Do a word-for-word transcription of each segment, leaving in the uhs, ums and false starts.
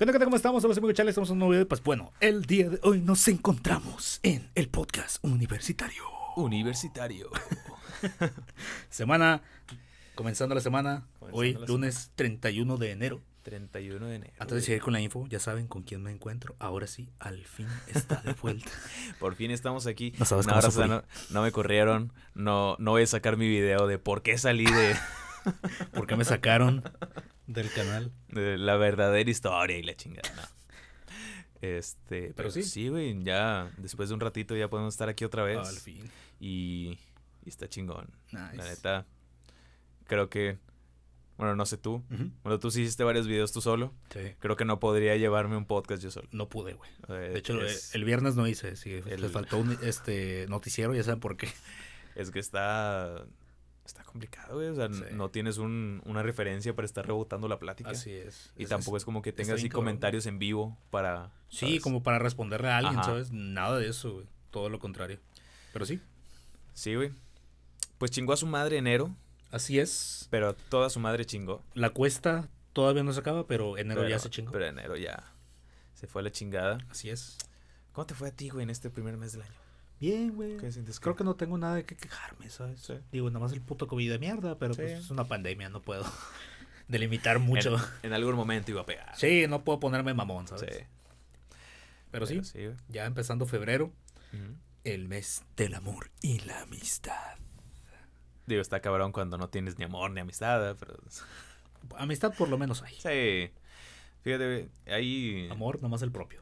¿Qué onda, qué tal? ¿Cómo estamos? Somos amigos Chales, estamos en un nuevo video. Pues bueno, el día de hoy nos encontramos en el podcast universitario. Universitario. Semana, comenzando la semana, Comenzando hoy la lunes semana. treinta y uno de enero. treinta y uno de enero. Antes de seguir con la info, ya saben con quién me encuentro. Ahora sí, al fin está de vuelta. Por fin estamos aquí. No sabes No, cómo ahora sufrí. no, no me corrieron. No, no voy a sacar mi video de por qué salí de, ¿Por qué me sacaron del canal? de la verdadera historia y la chingada. No. Este, pero, Pero sí. sí, güey, ya después de un ratito ya podemos estar aquí otra vez. Al fin. Y, y está chingón. Nice. La neta, creo que, bueno, no sé tú. Ujú. Bueno, tú sí hiciste varios videos tú solo. Sí. Creo que no podría llevarme un podcast yo solo. No pude, güey. Eh, De hecho, es- el viernes no hice. Sí, el- les faltó un este noticiero, ya saben por qué. Es que está está complicado, güey. O sea, Sí. no tienes un, una referencia para estar rebotando la plática. Así es. Y Es- tampoco es como que está tengas así bien cabrón. comentarios en vivo para... Sí, ¿sabes? como para responderle a alguien, Ajá. ¿sabes? Nada de eso, güey. Todo lo contrario. Pero sí, Sí, güey. Pues chingó a su madre enero, así es. pero toda su madre chingó. La cuesta todavía no se acaba, pero enero pero, ya se chingó. Pero enero ya se fue a la chingada. Así es. ¿Cómo te fue a ti, güey, en este primer mes del año? Bien, güey. ¿Qué sientes? Creo que no tengo nada de qué quejarme, ¿sabes? Sí. Digo, nada más el puto COVID de mierda, pero Sí. pues es una pandemia, no puedo delimitar mucho. En, en algún momento iba a pegar. Sí, no puedo ponerme mamón, ¿sabes? Sí. Pero sí, sí, güey. ya empezando febrero, Ujú. el mes del amor y la amistad. Digo, está cabrón cuando no tienes ni amor ni amistad, pero... Amistad por lo menos hay. Sí. Fíjate, güey, ahí... Amor, nada más el propio.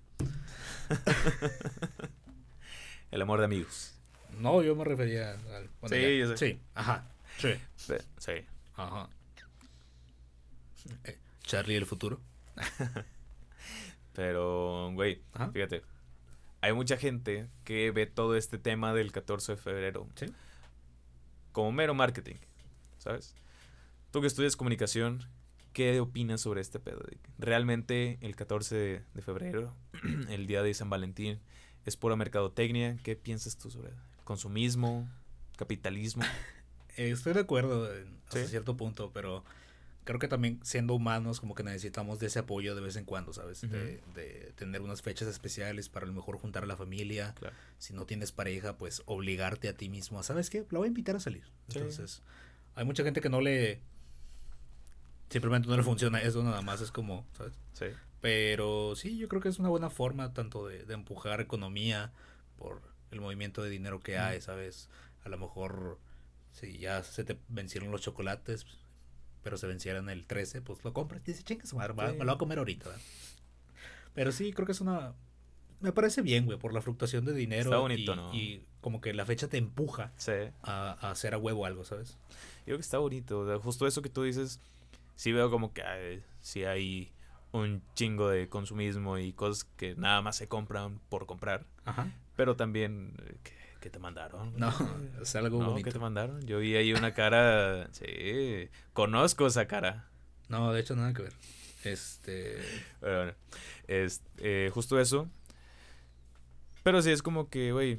El amor de amigos. No, yo me refería al... bueno, Sí, ya. yo sé. Sí, ajá. Sí, Pe- Sí. ajá. Eh, Charlie el futuro. Pero, güey, Ajá. fíjate. Hay mucha gente que ve todo este tema del catorce de febrero Sí. como mero marketing, ¿sabes? Tú que estudias comunicación, ¿qué opinas sobre este pedo? ¿Realmente el catorce de, de febrero, el día de San Valentín, es pura mercadotecnia? ¿Qué piensas tú sobre el consumismo, capitalismo? Eh, estoy de acuerdo en- hasta Sí. cierto punto, pero creo que también siendo humanos como que necesitamos de ese apoyo de vez en cuando, ¿sabes? Ujú. de, de tener unas fechas especiales para a lo mejor juntar a la familia. Claro. Si no tienes pareja, pues obligarte a ti mismo a, ¿sabes qué? La voy a invitar a salir. Sí. Entonces, hay mucha gente que no le... Simplemente no le funciona eso, nada más es como, ¿sabes? Sí. Pero sí, yo creo que es una buena forma tanto de, de empujar economía por el movimiento de dinero que hay, Mm. ¿sabes? A lo mejor si ya se te vencieron los chocolates, pero se vencieran el trece, pues lo compras y dices, chinga su madre, me Sí. me lo voy a comer ahorita. ¿verdad? Pero sí, creo que es una... Me parece bien, güey, por la fluctuación de dinero. Está bonito, y, ¿no? y como que la fecha te empuja Sí. a, a hacer a huevo algo, ¿sabes? Yo creo que está bonito. O sea, justo eso que tú dices, sí veo como que ay, sí hay un chingo de consumismo y cosas que nada más se compran por comprar. Ajá. Pero también, eh, ¿qué, qué te mandaron? No, es algo No, bonito. ¿qué te mandaron? Yo vi ahí una cara, sí, conozco esa cara. No, de hecho, nada que ver. Este... Pero bueno, es eh, justo eso. Pero sí es como que, güey,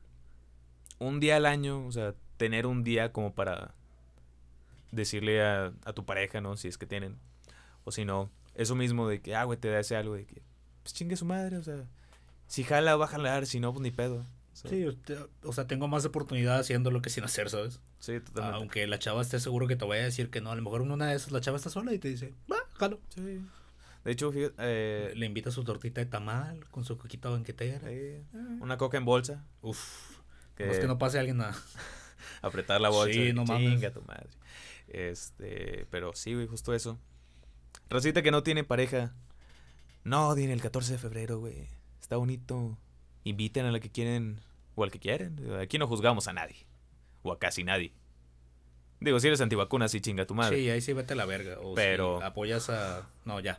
un día al año, o sea, tener un día como para decirle a, a tu pareja, ¿no? Si es que tienen. O si no, eso mismo de que, ah, güey, te da ese algo de que, pues chingue su madre, o sea, si jala, va a jalar, si no, pues ni pedo. O sea, Sí, usted- o sea, tengo más oportunidad haciéndolo que sin hacer, ¿sabes? sí, totalmente. Aunque la chava esté seguro que te vaya a decir que no, a lo mejor en una de esas la chava está sola y te dice, va, jalo. Sí. De hecho, fíjate, eh, Le invita su tortita de tamal con su coquita banquetera. eh, Ah. una coca en bolsa, Uf, que, no es que no pase alguien a... apretar la bolsa. Sí, de no que mames. chinga tu madre. Este, pero sí, güey, justo eso. Rosita que no tiene pareja. No, dile el catorce de febrero, güey. Está bonito. Inviten a la que quieren o al que quieren. Aquí no juzgamos a nadie. O a casi nadie. Digo, si eres antivacunas, sí chinga tu madre. Sí, ahí sí vete a la verga. O Pero- si apoyas a... No, ya.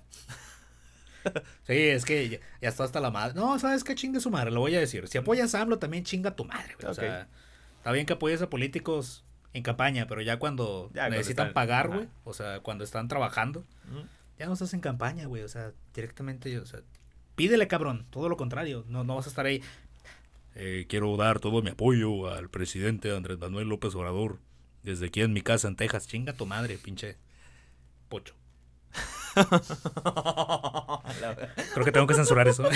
Sí, es que ya, ya está hasta la madre. No, ¿sabes qué? Chingue su madre, lo voy a decir. Si apoyas a AMLO, también chinga tu madre, güey. O Ok. sea, está bien que apoyes a políticos en campaña, pero ya cuando Ya, cuando necesitan están- pagar, ajá. güey, o sea, cuando están trabajando, Ujú. ya no estás en campaña, güey. O sea, directamente, o sea, pídele, cabrón. Todo lo contrario. No, no vas a estar ahí. Eh, quiero dar todo mi apoyo al presidente Andrés Manuel López Obrador. Desde aquí en mi casa en Texas. Chinga tu madre, pinche pocho. Creo que tengo que censurar eso.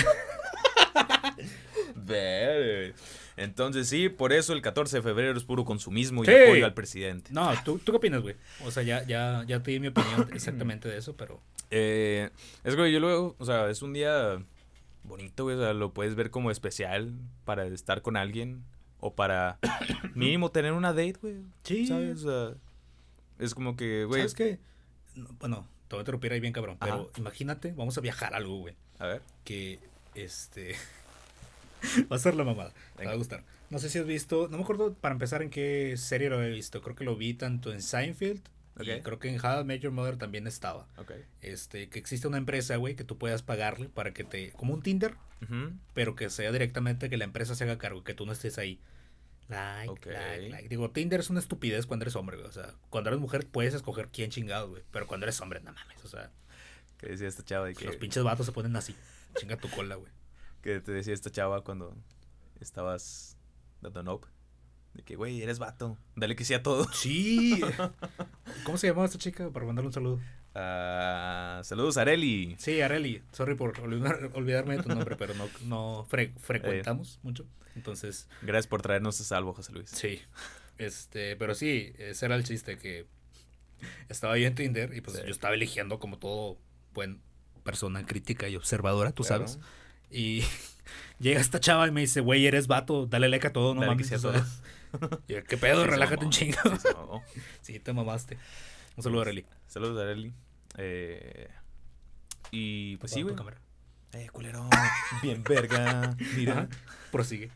Ver. Entonces sí, por eso el catorce de febrero es puro consumismo y Sí. apoyo al presidente. No, ¿tú, ¿tú qué opinas, güey? O sea, ya, ya, ya te di mi opinión exactamente de eso, pero... Eh, es que yo luego, o sea, es un día bonito, güey, o sea, lo puedes ver como especial para estar con alguien o para mínimo tener una date, güey. Sí. ¿Sabes? O sea, es como que, güey, ¿Sabes qué? No, bueno, te voy a interrumpir ahí bien, cabrón, pero Ajá. imagínate, vamos a viajar algo, güey. a ver. Que, este... va a ser la mamada, te va Venga. a gustar. No sé si has visto, no me acuerdo para empezar en qué serie lo he visto. Creo que lo vi tanto en Seinfeld y Ok. creo que en How I Met Your Mother también estaba. Ok. Este, que existe una empresa, güey, que tú puedas pagarle para que te... Como un Tinder, Ujú. pero que sea directamente que la empresa se haga cargo, que tú no estés ahí. Like, Ok. like, like. Digo, Tinder es una estupidez cuando eres hombre, güey. O sea, cuando eres mujer puedes escoger quién chingado, güey. Pero cuando eres hombre, no mames. O sea, Que decía esta chava de que, los pinches vatos se ponen así. Chinga tu cola, güey. que te decía esta chava cuando estabas dando nope. De que, güey, eres vato. Dale que sí a todo. Sí. ¿Cómo se llamaba esta chica? Para mandarle un saludo. Ah, saludos, Areli. Sí, Areli. Sorry por olvidar- olvidarme de tu nombre, pero no, no fre- frecuentamos mucho. Entonces, Gracias por traernos a salvo, José Luis. sí. Este, pero sí, ese era el chiste que estaba yo en Tinder y pues Sí. yo estaba eligiendo como todo buen persona crítica y observadora, tú Claro. sabes. Y llega esta chava y me dice, güey, eres vato, dale like a todo, no Dale mames. que sí a o sea, y yo, ¿qué pedo? Sí se Relájate mamó, un chingo. sí se mamó. Sí, te mamaste. Un saludo a Areli. Saludos, Areli. Eh, y pues sí, Apaga tu güey. cámara. Eh, culero. Bien verga. Mira. Ajá. Prosigue.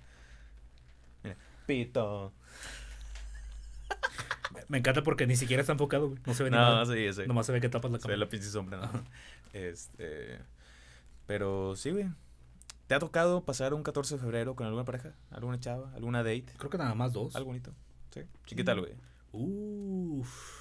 Pito. Me encanta porque ni siquiera está enfocado, güey. No se ve ni No, madre. sí, sí. Nomás se ve que tapas la Se ve cámara. la pinche sombra, ¿no? Este. Pero sí, güey. ¿Te ha tocado pasar un catorce de febrero con alguna pareja? ¿Alguna chava? ¿Alguna date? Creo que nada más dos. Algo bonito. Sí. Chiquita, güey. Uf.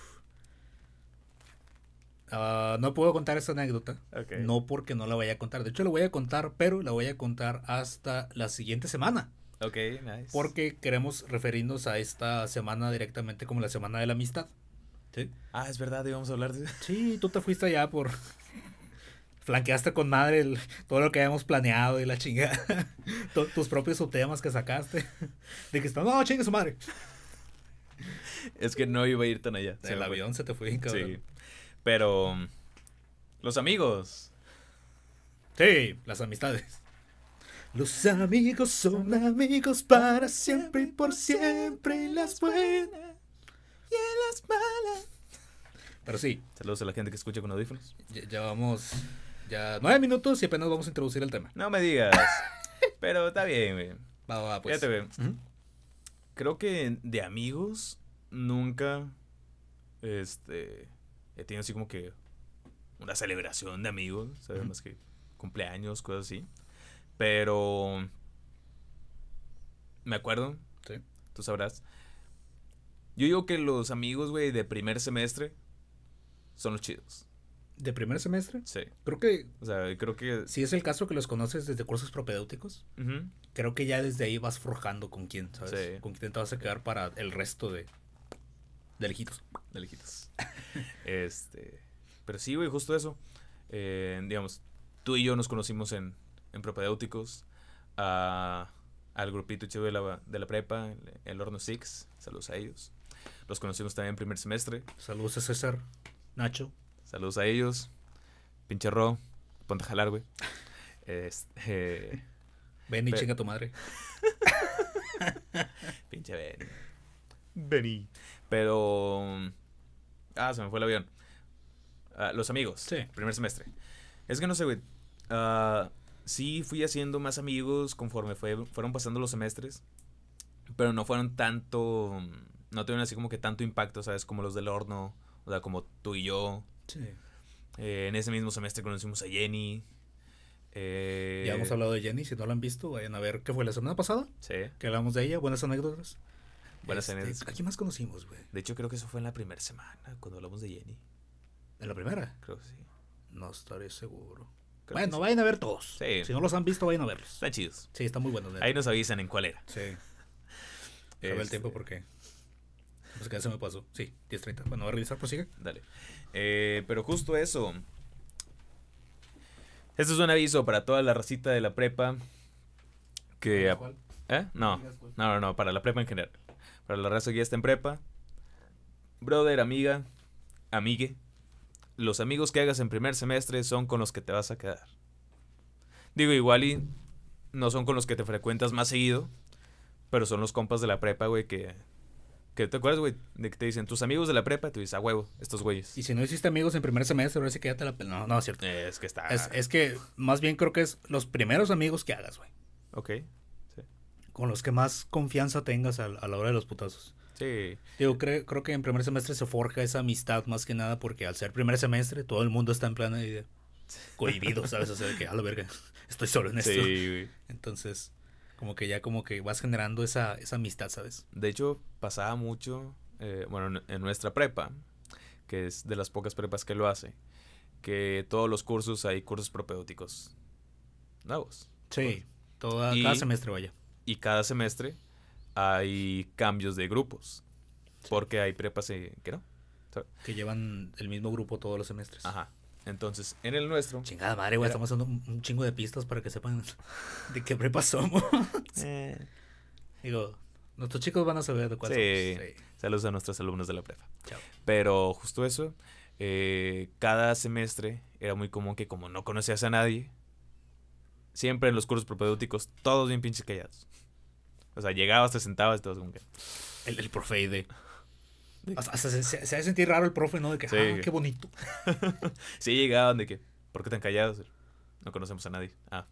Ah, no puedo contar esta anécdota. Ok. No porque no la vaya a contar. De hecho, la voy a contar, pero la voy a contar hasta la siguiente semana. Ok, nice. Porque queremos referirnos a esta semana directamente como la semana de la amistad. ¿Sí? Ah, es verdad, íbamos a hablar de. Sí, tú te fuiste allá por... Flanqueaste con madre el- todo lo que habíamos planeado y la chingada. Tu- tus propios subtemas que sacaste. De que estás, no, chingue su madre. Es que no iba a ir tan allá. Se El me fue. avión se te fue bien cabrón. Sí. Pero. Los amigos. Sí, las amistades. Los amigos son amigos para siempre y por siempre en las buenas y en las malas. Pero sí, Saludos a la gente que escucha con audífonos. ya, ya vamos, ya nueve minutos y apenas vamos a introducir el tema. No me digas. Pero está bien, güey. Va, va, pues. Fíjate, güey. Ujú. Creo que de amigos nunca. Este. He tenido así como que. Una celebración de amigos. ¿Sabes? Ujú. Más que cumpleaños, cosas así. Pero. Me acuerdo. Sí. Tú sabrás. Yo digo que los amigos, güey, de primer semestre. Son los chidos. ¿De primer semestre? Sí. Creo que O sea, creo que. si es el caso que los conoces desde cursos propedéuticos, Ujú. creo que ya desde ahí vas forjando con quién, ¿sabes? Sí. Con quién te vas a quedar para el resto de, de lejitos. De lejitos. este. Pero sí, güey, justo eso. Eh, digamos, tú y yo nos conocimos en, en propedéuticos. A, al grupito chido de la, de la prepa, el, el Horno Six. Saludos a ellos. Los conocimos también en primer semestre. Saludos a César, Nacho. Saludos a ellos. Pinche Ro. Ponte a jalar, güey. Este. Ven y Pe- chinga tu madre. Pinche Benny. Benny. Pero. Ah, se me fue el avión. Ah, los amigos. Sí. Primer semestre. Es que no sé, güey. Ah, sí, fui haciendo más amigos conforme fue, fueron pasando los semestres. Pero no fueron tanto. No tuvieron así como que tanto impacto, ¿sabes? Como los del horno. O sea, como tú y yo. Sí. Eh, en ese mismo semestre conocimos a Jenny. Eh, Ya hemos hablado de Jenny, si no la han visto, vayan a ver qué fue la semana pasada, Sí. que hablamos de ella, buenas anécdotas. Buenas Este, anécdotas. ¿A quién más conocimos, güey? De hecho, creo que eso fue en la primera semana, cuando hablamos de Jenny. ¿En la primera? Creo que sí. No estaré seguro. Creo bueno, que sí. vayan a ver todos. Sí. Si no los han visto, vayan a verlos. Están chidos. Sí, están muy buenos. neta. Ahí nos avisan en cuál era. Sí. Sabe el Este, tiempo porque... Pues que ya se me pasó. Sí, diez treinta. Bueno, voy a revisar, prosigue. Dale. Eh, pero justo eso. Este es un aviso para toda la racita de la prepa. Que... ¿Cuál? ¿Eh? No, no, no, no, para la prepa en general. Para la raza que ya está en prepa. Brother, amiga, amigue. Los amigos que hagas en primer semestre son con los que te vas a quedar. Digo, igual y no son con los que te frecuentas más seguido, pero son los compas de la prepa, güey, que... que ¿te acuerdas, güey? De que te dicen, tus amigos de la prepa, y tú dices, a huevo, estos güeyes. Y si no hiciste amigos en primer semestre, ahora sí que ya te la... pel- No, no, es cierto. Es que está... Es, es que más bien creo que es los primeros amigos que hagas, güey. Ok, Con los que más confianza tengas a, a la hora de los putazos. sí. Digo, cre- creo que en primer semestre se forja esa amistad más que nada porque al ser primer semestre todo el mundo está en plan ahí de cohibido, ¿sabes? O sea, de que a la verga, estoy solo en esto. Sí, güey. Entonces, como que ya como que vas generando esa, esa amistad, ¿sabes? De hecho, pasaba mucho, eh, bueno, en, en nuestra prepa, que es de las pocas prepas que lo hace, que todos los cursos hay cursos propedéuticos nuevos. Sí, toda, Y- cada semestre vaya. Y cada semestre hay cambios de grupos. Porque hay prepas eh, que no. Que llevan el mismo grupo todos los semestres. Ajá. Entonces, en el nuestro... Chingada madre, güey, Era- estamos dando un, un chingo de pistas para que sepan de qué prepa somos. eh, Digo, nuestros chicos van a saber de cuál Sí. somos. Sí. saludos a nuestros alumnos de la prepa. Chao. Pero justo eso, eh, cada semestre era muy común que como no conocías a nadie, siempre en los cursos propedéuticos, todos bien pinches callados. O sea, llegabas, te sentabas y todos como que... El, el profe de... Hasta, hasta se, se, se hace sentir raro el profe, ¿no? De que, Sí. ah, qué bonito. Sí, llegaban de que, ¿por qué tan callados? No conocemos a nadie. Ah.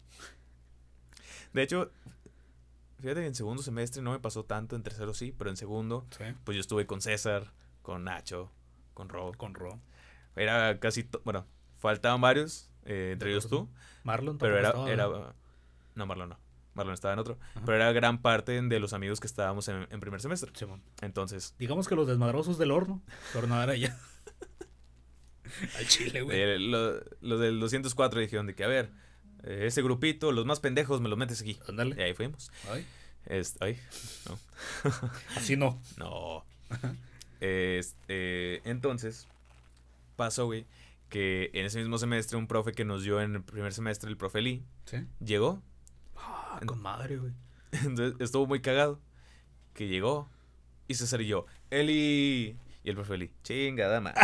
De hecho, fíjate que en segundo semestre no me pasó tanto, en tercero sí, pero en segundo, Sí. pues yo estuve con César, con Nacho, con Rob. Con Ro. Era casi, to- bueno, faltaban varios, eh, entre ellos tú, Marlon pero era, tampoco era, estaba, no, Marlon no, Marlon estaba en otro, Ajá. pero era gran parte de los amigos que estábamos en, en primer semestre. Simón. Entonces, Digamos que los desmadrosos del horno. Tornadar allá. Al chile, güey. eh, lo- los del doscientos cuatro dijeron de que, a ver, eh, ese grupito, los más pendejos, me los metes aquí. Y Ándale. ahí fuimos. Ay, Este, ay, no. así no. No. Este, entonces, pasó, güey, que en ese mismo semestre un profe que nos dio en el primer semestre, el profe Lee, ¿Sí? llegó. Ah, con madre, güey. Entonces estuvo muy cagado. Que llegó. Y César y yo, Eli. Y el profe Lee, chingada madre.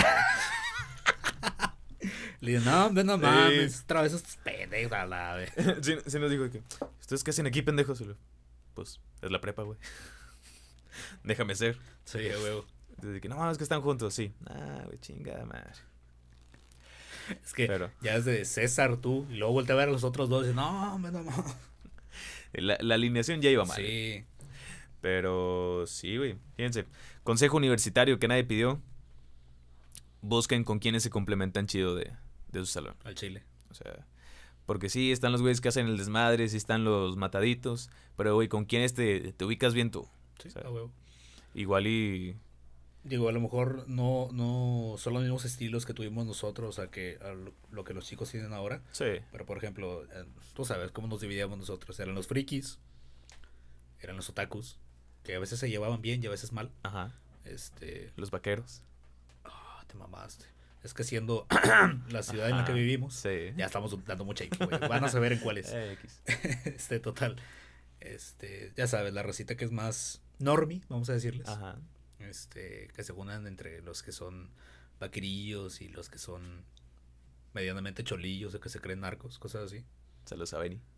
Le digo, no, hombre, no Sí. mames. Otra vez estos pendejos a la vez. sí, sí nos dijo de que, ¿ustedes qué hacen aquí, pendejos? Y lo, pues, es la prepa, güey. Déjame ser. Sí, güey. Desde que, no mames, que están juntos, sí. Ah, güey, chingada madre. Es que Pero ya es de César tú. Y luego volteé a ver a los otros dos. Y no, hombre, no mames. la, la alineación ya iba mal. Sí. Pero sí, güey. Fíjense. Consejo universitario que nadie pidió. Busquen con quienes se complementan chido de, de su salón. Al chile. O sea, porque sí, están los güeyes que hacen el desmadre, sí están los mataditos. Pero, güey, ¿con quiénes te, te ubicas bien tú? Sí, O sea, a huevo. igual y... Digo, a lo mejor no, no son los mismos estilos que tuvimos nosotros a que a lo, lo que los chicos tienen ahora. Sí. Pero por ejemplo, eh, tú sabes cómo nos dividíamos nosotros. Eran los frikis, eran los otakus, que a veces se llevaban bien y a veces mal. Ajá. Este, Los vaqueros. ah, te mamaste. Es que siendo la ciudad en la que Ajá, vivimos, Sí. ya estamos dando mucha info, güey. Van a saber en cuáles. Eh, X. Este, total. Este, ya sabes, la racita que es más normie, vamos a decirles. Ajá. Este, que se unan entre los que son vaquerillos y los que son medianamente cholillos o que se creen narcos, cosas así. Saludos a Benny.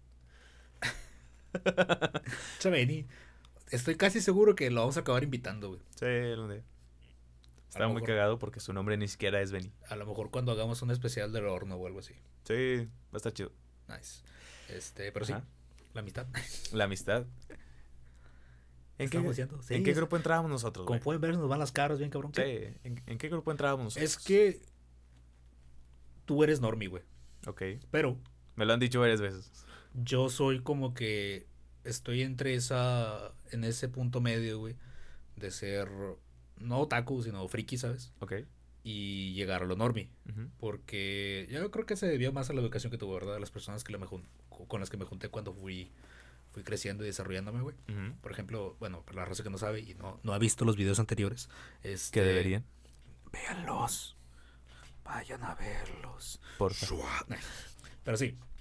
Chaveni, estoy casi seguro que lo vamos a acabar invitando, güey. Sí, un día. Estaba lo muy mejor- cagado porque su nombre ni siquiera es Benny. A lo mejor cuando hagamos un especial del horno o algo así. Sí, va a estar chido. Nice. Este, pero sí, Ajá. la amistad. La amistad. ¿En qué, Estamos diciendo? Sí, ¿en qué es- grupo entrábamos nosotros, Como güey? pueden ver, nos van las caras bien cabrón. Sí, ¿en, en qué grupo entrábamos nosotros? Es que tú eres normie, güey. Ok, Pero me lo han dicho varias veces. yo soy como que estoy entre esa, en ese punto medio, güey, de ser no otaku, sino friki, ¿sabes? Ok. Y llegar a lo normie. Ujú. Porque yo creo que se debió más a la educación que tuve, ¿verdad? A las personas que la me jun- con las que me junté cuando fui, fui creciendo y desarrollándome, güey. Ujú. Por ejemplo, bueno, para la raza que no sabe y no, no ha visto los videos anteriores, este, Que deberían. véanlos. Vayan a verlos. Por favor. Pero sí,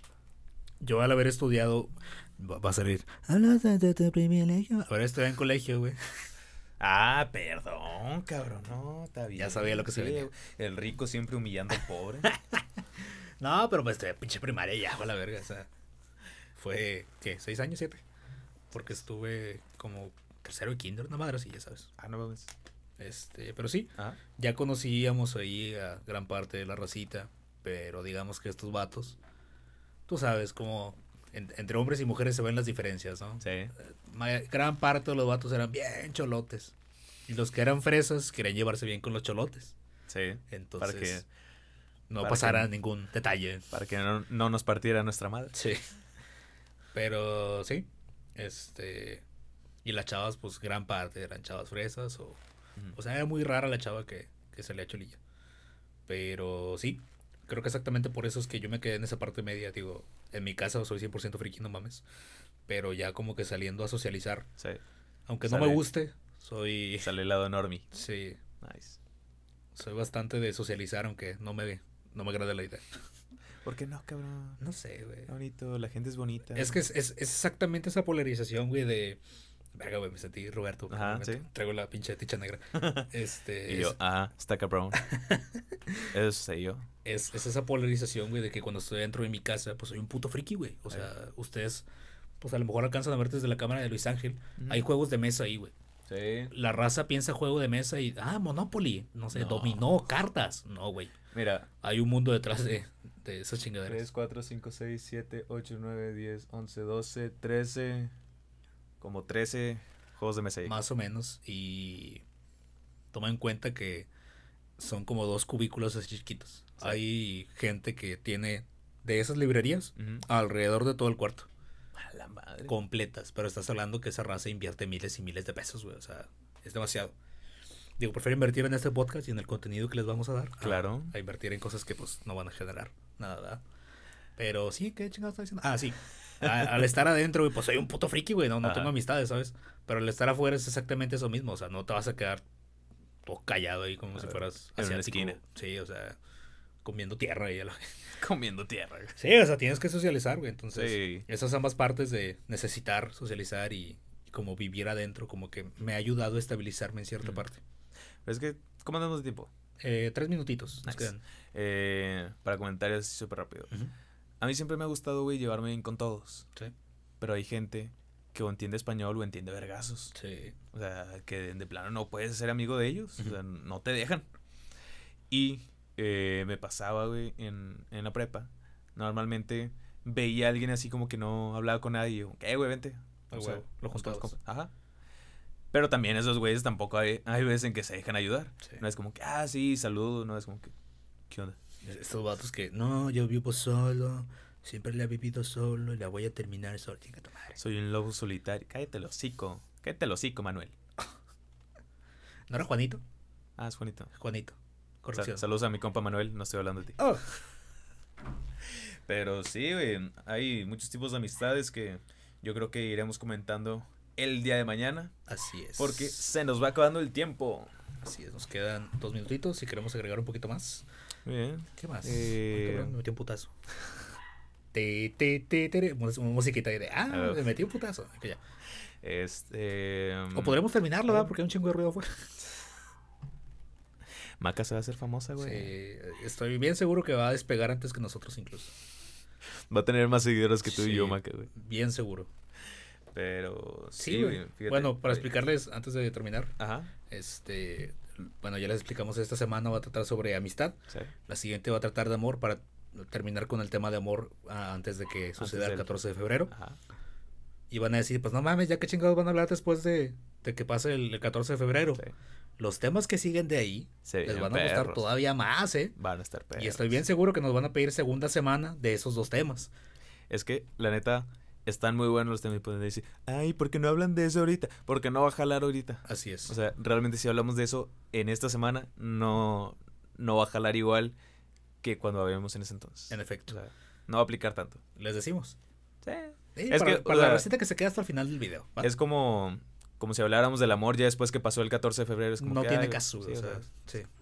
Yo al haber estudiado, va, va a salir, hablas de tu privilegio. Haber estudiado en colegio, güey. Ah, perdón, cabrón, no, está bien. Ya sabía lo que se Sí, venía. el rico siempre humillando al pobre. No, pero pues estudié pinche primaria y ya, fue la verga, o sea. Fue, ¿qué? ¿Seis años, siete? Porque estuve como tercero y kinder, una madre así, ya sabes. Ah, no mames. Este, pero sí, Ajá. ya conocíamos ahí a gran parte de la racita, pero digamos que estos vatos, tú sabes, como en- entre hombres y mujeres se ven las diferencias, ¿no? Sí. Ma- Gran parte de los vatos eran bien cholotes. Y los que eran fresas querían llevarse bien con los cholotes. Sí. Entonces, Para que, no para pasara que- ningún detalle. para que no, no nos partiera nuestra madre. Sí. Pero sí, este... Y las chavas, pues gran parte eran chavas fresas o... Ujú. O sea, era muy rara la chava que, que salía cholilla. Pero sí, creo que exactamente por eso es que yo me quedé en esa parte media. Digo, en mi casa soy cien por ciento friki, no mames. Pero ya como que saliendo a socializar. Sí. Aunque no Sale- me guste, soy... Sale el lado normie. Sí, Nice. soy bastante de socializar, aunque no me, no me agrada la idea. ¿Por qué no, cabrón? No sé, güey. Qué bonito, la gente es bonita. Es que es, es, es exactamente esa polarización, güey, de... Verga, güey, me sentí Roberto. por un Ajá, momento. sí. Traigo la pinche ticha negra. Este, Y yo, es, ajá, está cabrón. Eso sé yo. es, es esa polarización, güey, de que cuando estoy dentro de mi casa, pues soy un puto friki, güey. O sea, ustedes, pues a lo mejor alcanzan a ver desde la cámara de Luis Ángel. Ujú. Hay juegos de mesa ahí, güey. Sí. La raza piensa juego de mesa y, ah, Monopoly, no sé, No. dominó, cartas. No, güey. Mira, Hay un mundo detrás de, de esas chingaderas. tres, cuatro, cinco, seis, siete, ocho, nueve, diez, once, doce, trece. Como trece juegos de mesa ahí. Más o menos. Y toma en cuenta que son como dos cubículos así chiquitos. Sí. Hay gente que tiene de esas librerías Ujú. alrededor de todo el cuarto. A la madre. Completas. Pero estás hablando que esa raza invierte miles y miles de pesos, güey. O sea, es demasiado. Digo, prefiero invertir en este podcast y en el contenido que les vamos a dar. a- Claro. A, invertir en cosas que pues no van a generar nada, ¿verdad? Pero sí, ¿qué chingados está diciendo? Ah, sí. A- al estar adentro, güey, pues soy un puto friki, güey. No, no Ajá. tengo amistades, ¿sabes? Pero al estar afuera es exactamente eso mismo. O sea, no te vas a quedar todo callado ahí como A si ver, fueras en una asiático. esquina. Sí, o sea, comiendo tierra ahí a la... Comiendo tierra. güey. Sí, o sea, tienes que socializar, güey. Entonces, Sí. esas ambas partes de necesitar socializar y, y como vivir adentro, como que me ha ayudado a estabilizarme en cierta Ujú. parte. Pero es que, ¿cómo andamos de tiempo? Eh, tres minutitos nos Nice. quedan. Eh, para comentarios así súper rápido. Ujú. A mí siempre me ha gustado, güey, llevarme bien con todos. Sí. Pero hay gente que o entiende español o entiende vergazos. Sí. O sea, que de plano no puedes ser amigo de ellos. Ujú. O sea, no te dejan. Y eh, me pasaba, güey, en, en la prepa. Normalmente veía a alguien así como que no hablaba con nadie. Y yo, ¿qué, güey? Vente. Ah, O sea, huevo, lo nos somos juntabas. compas. Ajá. Pero también esos güeyes tampoco hay, hay veces en que se dejan ayudar. Sí. No es como que, ah, sí, saludo. No es como que, ¿qué onda? Estos vatos que, no, yo vivo solo, siempre la he vivido solo y la voy a terminar solo. Chinga tu madre. Soy un lobo solitario. Cállate el hocico. Cállate el hocico, Manuel. ¿No era Juanito? Ah, es Juanito. Juanito. Sa- Corrección. saludos a mi compa Manuel. No estoy hablando de ti. Oh. Pero sí, güey, hay muchos tipos de amistades que yo creo que iremos comentando el día de mañana. Así es. Porque se nos va acabando el tiempo. Así es, nos quedan dos minutitos si queremos agregar un poquito más. Muy bien. ¿Qué más? Eh, Ay, cabrón, me metí un putazo. Te, te, te, te, mus- una musiquita ahí de, ah, Ah. me metí un putazo. Ok, ya. Este. O podremos terminarlo, ¿verdad? Porque hay un chingo de ruido afuera. Maca se va a hacer famosa, güey. Sí, estoy bien seguro que va a despegar antes que nosotros incluso. Va a tener más seguidores que tú Sí, y yo, Maca, güey. Bien seguro. Pero sí, Sí, güey. güey. fíjate, Bueno, para güey. explicarles, antes de terminar, Ajá. este, bueno, ya les explicamos, esta semana va a tratar sobre amistad. Sí. La siguiente va a tratar de amor para terminar con el tema de amor ah, antes de que suceda el del- catorce de febrero. Ajá. Y van a decir, pues no mames, ya que chingados van a hablar después de, de que pase el, el catorce de febrero. Sí. Los temas que siguen de ahí Se les vienen van a gustar perros. todavía más, ¿eh? Van a estar perros. Y estoy bien seguro que nos van a pedir segunda semana de esos dos temas. Es que, la neta, están muy buenos los temas y pueden decir, ay, ¿por qué no hablan de eso ahorita? Porque no va a jalar ahorita. Así es. O sea, realmente si hablamos de eso en esta semana, no, no va a jalar igual que cuando hablemos en ese entonces. En O efecto. sea, no va a aplicar tanto. Les decimos. Sí. Sí, Es para que, para o la sea, receta que se queda hasta el final del video. ¿va? Es como, como si habláramos del amor ya después que pasó el catorce de febrero. Es como No que, tiene ay, caso, sí, o o sea, sea, sí.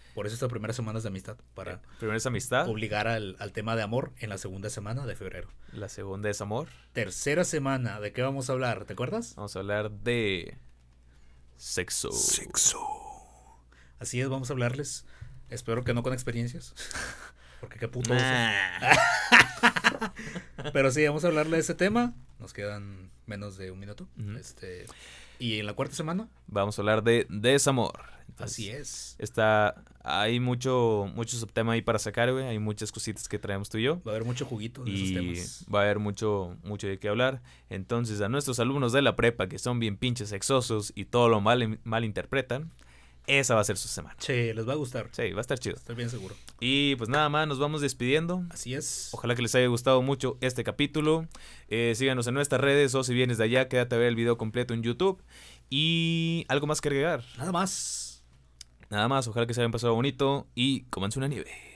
Por eso esta primera semana es de amistad, para Primero es amistad, obligar al, al tema de amor en la segunda semana de febrero. la segunda es amor. Tercera semana, ¿de qué vamos a hablar? ¿Te acuerdas? Vamos a hablar de sexo. Sexo. Así es, vamos a hablarles. Espero que no con experiencias. Porque qué puto oso. Nah. Pero sí, vamos a hablarle de ese tema. Nos quedan menos de un minuto. Ujú. Este, y en la cuarta semana, Vamos a hablar de desamor. Entonces, así es. Está, hay mucho, mucho subtema ahí para sacar, güey. Hay muchas cositas que traemos tú y yo. Va a haber mucho juguito de esos Y temas. va a haber mucho, mucho de qué hablar. Entonces, a nuestros alumnos de la prepa que son bien pinches sexosos y todo lo mal, mal interpretan, esa va a ser su semana. Che, les va a gustar. Sí, va a estar chido. Estoy bien seguro. Y pues nada más, nos vamos despidiendo. Así es. Ojalá que les haya gustado mucho este capítulo. Eh, síganos en nuestras redes o si vienes de allá, quédate a ver el video completo en YouTube. Y algo más que agregar. Nada más. Nada más, ojalá que se hayan pasado bonito y cómanse una nieve.